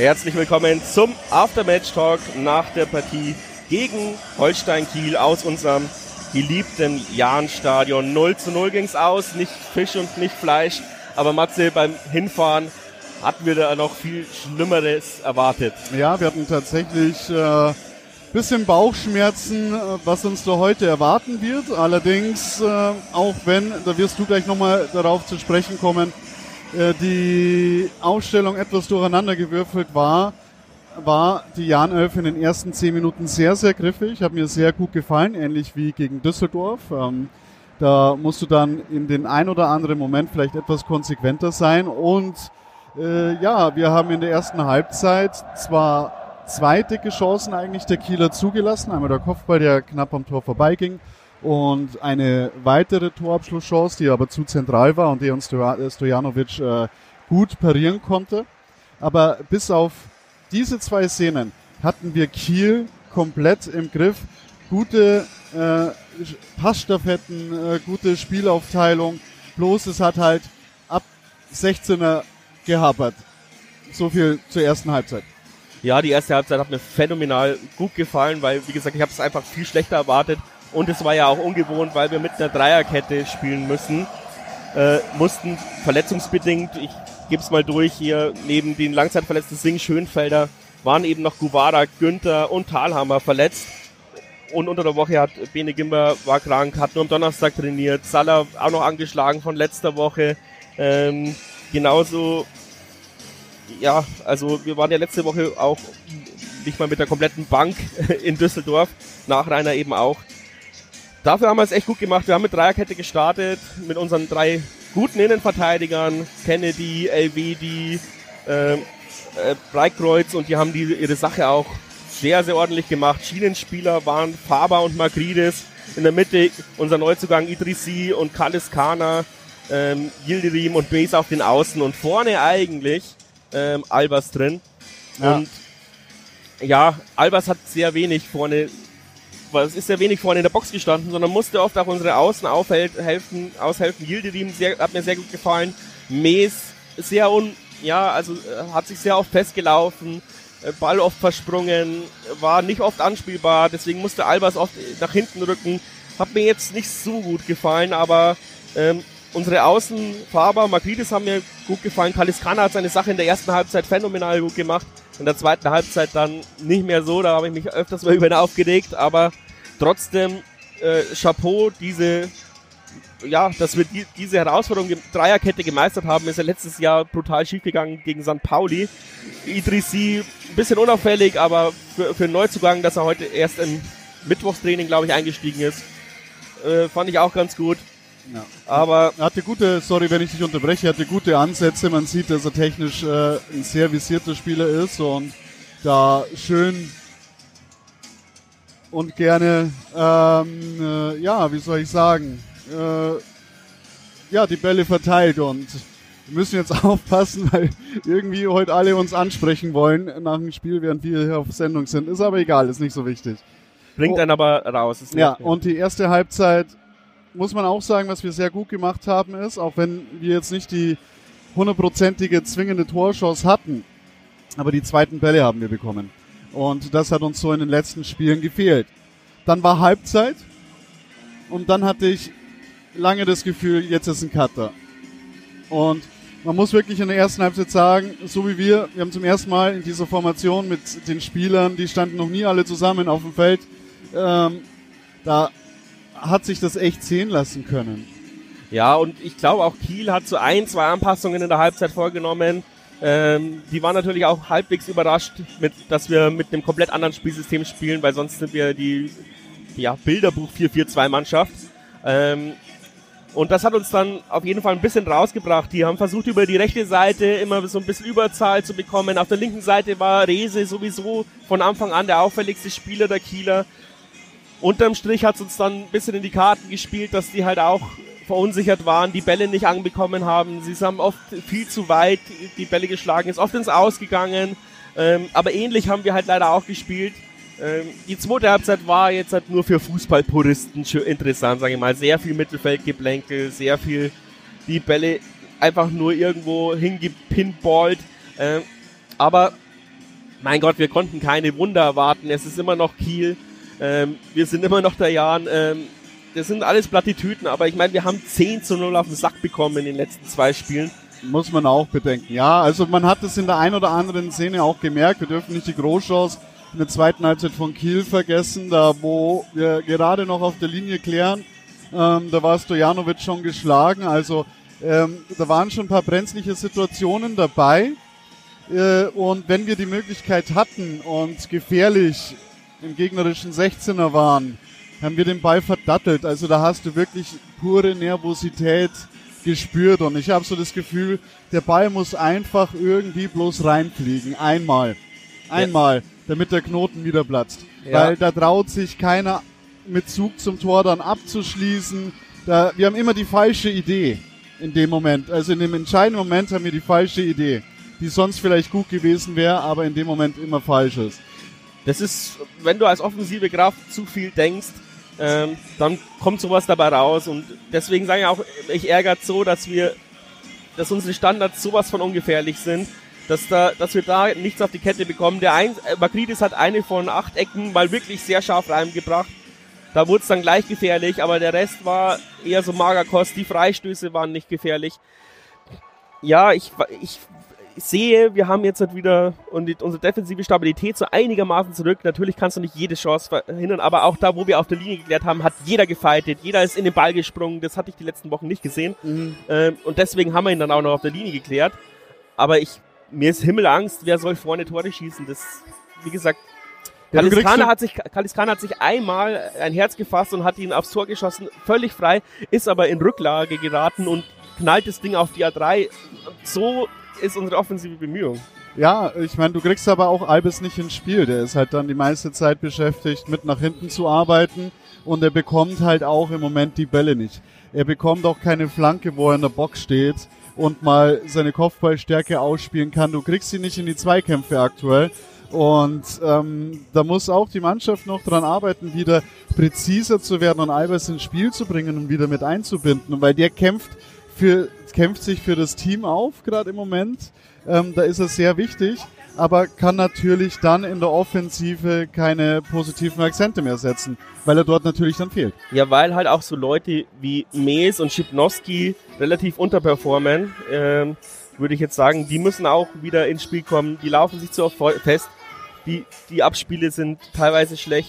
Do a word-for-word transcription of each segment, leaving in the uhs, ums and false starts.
Herzlich willkommen zum Aftermatch-Talk nach der Partie gegen Holstein Kiel aus unserem geliebten Jahnstadion. null zu null ging's aus, nicht Fisch und nicht Fleisch, aber Matze, beim Hinfahren hatten wir da noch viel Schlimmeres erwartet. Ja, wir hatten tatsächlich äh, bisschen Bauchschmerzen, äh, was uns da heute erwarten wird. Allerdings, äh, auch wenn, da wirst du gleich nochmal darauf zu sprechen kommen, äh, die Aufstellung etwas durcheinandergewürfelt war, war die Jahn-Elf in den ersten zehn Minuten sehr, sehr griffig. Hat mir sehr gut gefallen, ähnlich wie gegen Düsseldorf. Ähm, da musst du dann in den ein oder anderen Moment vielleicht etwas konsequenter sein. Und äh, ja, wir haben in der ersten Halbzeit zwar zwei dicke Chancen eigentlich der Kieler zugelassen. Einmal der Kopfball, der knapp am Tor vorbeiging. Und eine weitere Torabschlusschance, die aber zu zentral war und die uns Stojanovic äh, gut parieren konnte. Aber bis auf diese zwei Szenen hatten wir Kiel komplett im Griff. Gute äh, Passstaffetten, äh, gute Spielaufteilung. Bloß es hat halt ab sechzehner gehapert. So viel zur ersten Halbzeit. Ja, die erste Halbzeit hat mir phänomenal gut gefallen, weil, wie gesagt, ich habe es einfach viel schlechter erwartet. Und es war ja auch ungewohnt, weil wir mit einer Dreierkette spielen müssen. Äh, mussten verletzungsbedingt, ich gebe es mal durch hier, neben den langzeitverletzten Sing Schönfelder waren eben noch Guvara, Günther und Thalhammer verletzt. Und unter der Woche hat Bene Gimber war krank, hat nur am Donnerstag trainiert. Salah auch noch angeschlagen von letzter Woche. Ähm, genauso, ja, also wir waren ja letzte Woche auch nicht mal mit der kompletten Bank in Düsseldorf, Nachreiner eben auch. Dafür haben wir es echt gut gemacht. Wir haben mit Dreierkette gestartet, mit unseren drei guten Innenverteidigern, Kennedy, Elvedi, äh, äh, Breitkreuz, und die haben die, ihre Sache auch sehr, sehr ordentlich gemacht. Schienenspieler waren Faber und Magridis. In der Mitte unser Neuzugang Idrissi und Kalis Kana, ähm, Yildirim und Beys auf den Außen und vorne eigentlich ähm, Albers drin. Ja. Und ja, Albers hat sehr wenig vorne Es ist sehr wenig vorne in der Box gestanden, sondern musste oft auch unsere Außen aufhelfen, aushelfen. Yildirim sehr, hat mir sehr gut gefallen. Mees sehr un, ja, also hat sich sehr oft festgelaufen, Ball oft versprungen, war nicht oft anspielbar, deswegen musste Albers oft nach hinten rücken. Hat mir jetzt nicht so gut gefallen, aber ähm, unsere Außen, Faber, Magridis haben mir gut gefallen. Kaliskana hat seine Sache in der ersten Halbzeit phänomenal gut gemacht. In der zweiten Halbzeit dann nicht mehr so, da habe ich mich öfters mal über ihn aufgeregt, aber trotzdem äh, Chapeau, diese, ja, dass wir die, diese Herausforderung in Dreierkette gemeistert haben, ist ja letztes Jahr brutal schiefgegangen gegen Sankt Pauli. Idrissi, ein bisschen unauffällig, aber für, für einen Neuzugang, dass er heute erst im Mittwochstraining, glaube ich, eingestiegen ist, äh, fand ich auch ganz gut. Ja. Aber er hatte gute, sorry, wenn ich dich unterbreche, er hatte gute Ansätze. Man sieht, dass er technisch äh, ein sehr visierter Spieler ist und da schön und gerne, ähm, äh, ja, wie soll ich sagen, äh, ja, die Bälle verteilt, und wir müssen jetzt aufpassen, weil irgendwie heute alle uns ansprechen wollen nach dem Spiel, während wir hier auf Sendung sind. Ist aber egal, ist nicht so wichtig. Bringt oh. einen aber raus. Ist ja, nicht, ja, und die erste Halbzeit, muss man auch sagen, was wir sehr gut gemacht haben, ist, auch wenn wir jetzt nicht die hundertprozentige zwingende Torchance hatten, aber die zweiten Bälle haben wir bekommen. Und das hat uns so in den letzten Spielen gefehlt. Dann war Halbzeit und dann hatte ich lange das Gefühl, jetzt ist ein Cutter. Und man muss wirklich in der ersten Halbzeit sagen, so wie wir, wir haben zum ersten Mal in dieser Formation mit den Spielern, die standen noch nie alle zusammen auf dem Feld, ähm, da hat sich das echt sehen lassen können. Ja, und ich glaube auch Kiel hat so ein, zwei Anpassungen in der Halbzeit vorgenommen. Ähm, die waren natürlich auch halbwegs überrascht, mit, dass wir mit einem komplett anderen Spielsystem spielen, weil sonst sind wir die ja, Bilderbuch vier vier zwei Mannschaft. Ähm, und das hat uns dann auf jeden Fall ein bisschen rausgebracht. Die haben versucht, über die rechte Seite immer so ein bisschen Überzahl zu bekommen. Auf der linken Seite war Rehse sowieso von Anfang an der auffälligste Spieler der Kieler. Unterm Strich hat es uns dann ein bisschen in die Karten gespielt, dass die halt auch verunsichert waren, die Bälle nicht anbekommen haben. Sie haben oft viel zu weit die Bälle geschlagen, ist oft ins Ausgegangen. Ähm, aber ähnlich haben wir halt leider auch gespielt. Ähm, die zweite Halbzeit war jetzt halt nur für Fußballpuristen interessant, sage ich mal. Sehr viel Mittelfeldgeplänkel, sehr viel die Bälle einfach nur irgendwo hingepinballt. Ähm, aber mein Gott, wir konnten keine Wunder erwarten. Es ist immer noch Kiel. Ähm, wir sind immer noch der Jan. Ähm, das sind alles Plattitüden, aber ich meine, wir haben zehn zu null auf den Sack bekommen in den letzten zwei Spielen. Muss man auch bedenken. Ja, also man hat es in der einen oder anderen Szene auch gemerkt. Wir dürfen nicht die Großchance in der zweiten Halbzeit von Kiel vergessen, da wo wir gerade noch auf der Linie klären. Ähm, da war Stojanovic schon geschlagen. Also ähm, da waren schon ein paar brenzliche Situationen dabei. Äh, und wenn wir die Möglichkeit hatten und gefährlich im gegnerischen sechzehner waren, haben wir den Ball verdattelt. Also da hast du wirklich pure Nervosität gespürt. Und ich habe so das Gefühl, der Ball muss einfach irgendwie bloß reinfliegen. Einmal. Einmal, ja. Damit der Knoten wieder platzt. Ja. Weil da traut sich keiner mit Zug zum Tor dann abzuschließen. Da, wir haben immer die falsche Idee in dem Moment. Also in dem entscheidenden Moment haben wir die falsche Idee, die sonst vielleicht gut gewesen wäre, aber in dem Moment immer falsch ist. Das ist, wenn du als offensive Kraft zu viel denkst, ähm, dann kommt sowas dabei raus. Und deswegen sage ich auch, mich ärgert so, dass wir, dass unsere Standards sowas von ungefährlich sind, dass da, dass wir da nichts auf die Kette bekommen. Der ein, äh, Makridis hat eine von acht Ecken mal wirklich sehr scharf reingebracht. Da wurde es dann gleich gefährlich, aber der Rest war eher so Magerkost. Die Freistöße waren nicht gefährlich. Ja, ich, ich sehe, wir haben jetzt halt wieder und die, unsere defensive Stabilität so einigermaßen zurück. Natürlich kannst du nicht jede Chance verhindern, aber auch da, wo wir auf der Linie geklärt haben, hat jeder gefightet, jeder ist in den Ball gesprungen. Das hatte ich die letzten Wochen nicht gesehen. Mhm. Ähm, und deswegen haben wir ihn dann auch noch auf der Linie geklärt. Aber ich, mir ist Himmelangst, wer soll vorne Tore schießen? Das, wie gesagt, ja, Kaliskana hat sich, Kaliskana hat sich einmal ein Herz gefasst und hat ihn aufs Tor geschossen, völlig frei, ist aber in Rücklage geraten und knallt das Ding auf die A drei. So ist unsere offensive Bemühung. Ja, ich meine, du kriegst aber auch Albers nicht ins Spiel. Der ist halt dann die meiste Zeit beschäftigt, mit nach hinten zu arbeiten und er bekommt halt auch im Moment die Bälle nicht. Er bekommt auch keine Flanke, wo er in der Box steht und mal seine Kopfballstärke ausspielen kann. Du kriegst sie nicht in die Zweikämpfe aktuell. Und ähm, da muss auch die Mannschaft noch dran arbeiten, wieder präziser zu werden und Albers ins Spiel zu bringen und wieder mit einzubinden. Und weil der kämpft für kämpft sich für das Team auf, gerade im Moment. Ähm, da ist er sehr wichtig, aber kann natürlich dann in der Offensive keine positiven Akzente mehr setzen, weil er dort natürlich dann fehlt. Ja, weil halt auch so Leute wie Mees und Schipnowski relativ unterperformen. Ähm, würde ich jetzt sagen, die müssen auch wieder ins Spiel kommen. Die laufen sich zu oft fest. Die, die Abspiele sind teilweise schlecht.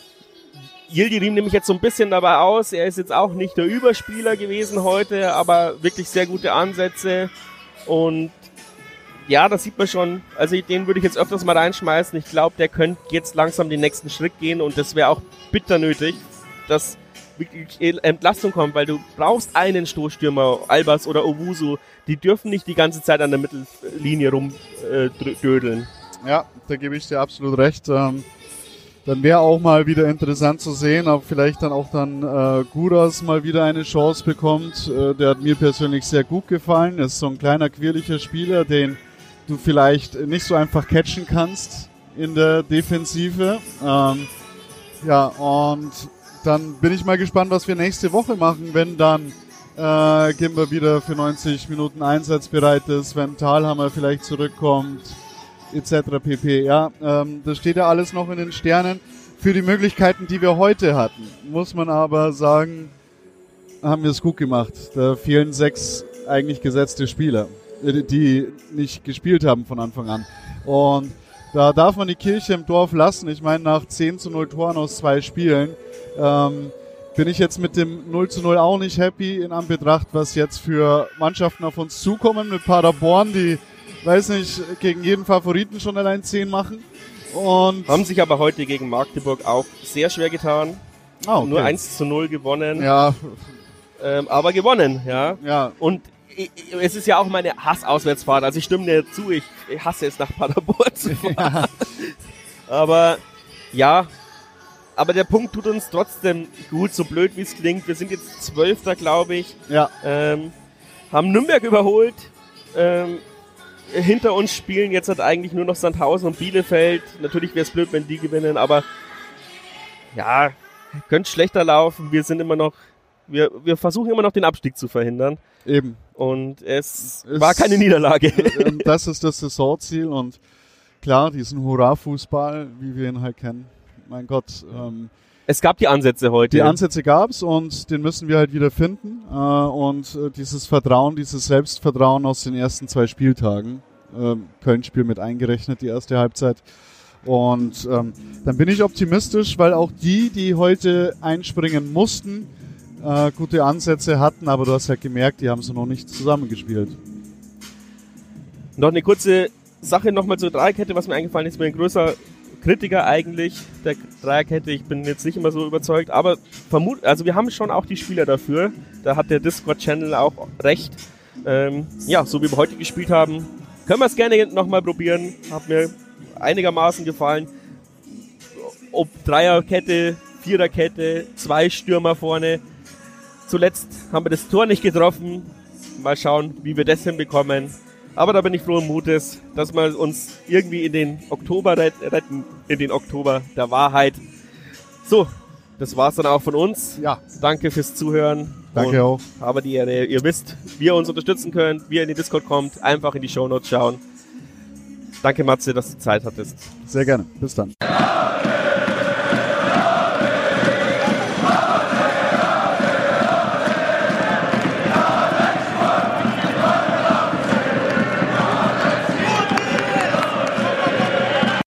Yildirim nehme ich jetzt so ein bisschen dabei aus. Er ist jetzt auch nicht der Überspieler gewesen heute, aber wirklich sehr gute Ansätze. Und ja, das sieht man schon. Also den würde ich jetzt öfters mal reinschmeißen. Ich glaube, der könnte jetzt langsam den nächsten Schritt gehen und das wäre auch bitter nötig, dass wirklich Entlastung kommt, weil du brauchst einen Stoßstürmer, Albers oder Owusu. Die dürfen nicht die ganze Zeit an der Mittellinie rumdödeln. Äh, ja, da gebe ich dir absolut recht. Ähm, dann wäre auch mal wieder interessant zu sehen, ob vielleicht dann auch dann äh, Guras mal wieder eine Chance bekommt. Äh, der hat mir persönlich sehr gut gefallen. Ist so ein kleiner, quirliger Spieler, den du vielleicht nicht so einfach catchen kannst in der Defensive. Ähm, ja, und dann bin ich mal gespannt, was wir nächste Woche machen, wenn dann äh, Gimber wieder für neunzig Minuten einsatzbereit ist, wenn Thalhammer vielleicht zurückkommt, et cetera pp. Ja, ähm, das steht ja alles noch in den Sternen. Für die Möglichkeiten, die wir heute hatten, muss man aber sagen, haben wir es gut gemacht. Da fehlen sechs eigentlich gesetzte Spieler, die nicht gespielt haben von Anfang an. Und da darf man die Kirche im Dorf lassen. Ich meine, nach zehn zu null Toren aus zwei Spielen ähm, bin ich jetzt mit dem null zu null auch nicht happy in Anbetracht, was jetzt für Mannschaften auf uns zukommen mit Paderborn, die, weiß nicht, gegen jeden Favoriten schon allein zehn machen. Und haben sich aber heute gegen Magdeburg auch sehr schwer getan. Ah, okay. Nur eins zu null gewonnen. Ja. Ähm, aber gewonnen, ja. Ja. Und es ist ja auch meine Hassauswärtsfahrt. Also ich stimme dir zu, ich hasse es, nach Paderborn zu fahren. Ja. Aber ja, aber der Punkt tut uns trotzdem gut, so blöd wie es klingt. Wir sind jetzt Zwölfter, glaube ich. Ja. Ähm, haben Nürnberg überholt. Ähm, hinter uns spielen jetzt halt eigentlich nur noch Sandhausen und Bielefeld. Natürlich wäre es blöd, wenn die gewinnen, aber ja, könnte schlechter laufen. Wir sind immer noch, wir, wir versuchen immer noch den Abstieg zu verhindern. Eben. Und es, es war keine Niederlage. Das ist das Saisonziel und klar, diesen Hurra-Fußball, wie wir ihn halt kennen. Mein Gott. Ähm, es gab die Ansätze heute. Die Ansätze gab's und den müssen wir halt wieder finden. Äh, und äh, dieses Vertrauen, dieses Selbstvertrauen aus den ersten zwei Spieltagen, äh, Köln-Spiel mit eingerechnet, die erste Halbzeit. Und ähm, dann bin ich optimistisch, weil auch die, die heute einspringen mussten, äh, gute Ansätze hatten, aber du hast halt gemerkt, die haben so noch nicht zusammengespielt. Noch eine kurze Sache nochmal zur Dreierkette, was mir eingefallen ist, mir ein größer Kritiker eigentlich der Dreierkette. Ich bin jetzt nicht immer so überzeugt, aber vermut, also wir haben schon auch die Spieler dafür. Da hat der Discord-Channel auch recht. Ähm, ja, so wie wir heute gespielt haben, können wir es gerne nochmal probieren. Hat mir einigermaßen gefallen. Ob Dreierkette, Viererkette, zwei Stürmer vorne. Zuletzt haben wir das Tor nicht getroffen. Mal schauen, wie wir das hinbekommen. Aber da bin ich frohen Mutes, dass wir uns irgendwie in den Oktober retten, in den Oktober der Wahrheit. So, das war's dann auch von uns. Ja. Danke fürs Zuhören. Danke auch. Aber die Ehre, ihr wisst, wie ihr uns unterstützen könnt, wie ihr in den Discord kommt, einfach in die Shownotes schauen. Danke Matze, dass du Zeit hattest. Sehr gerne. Bis dann.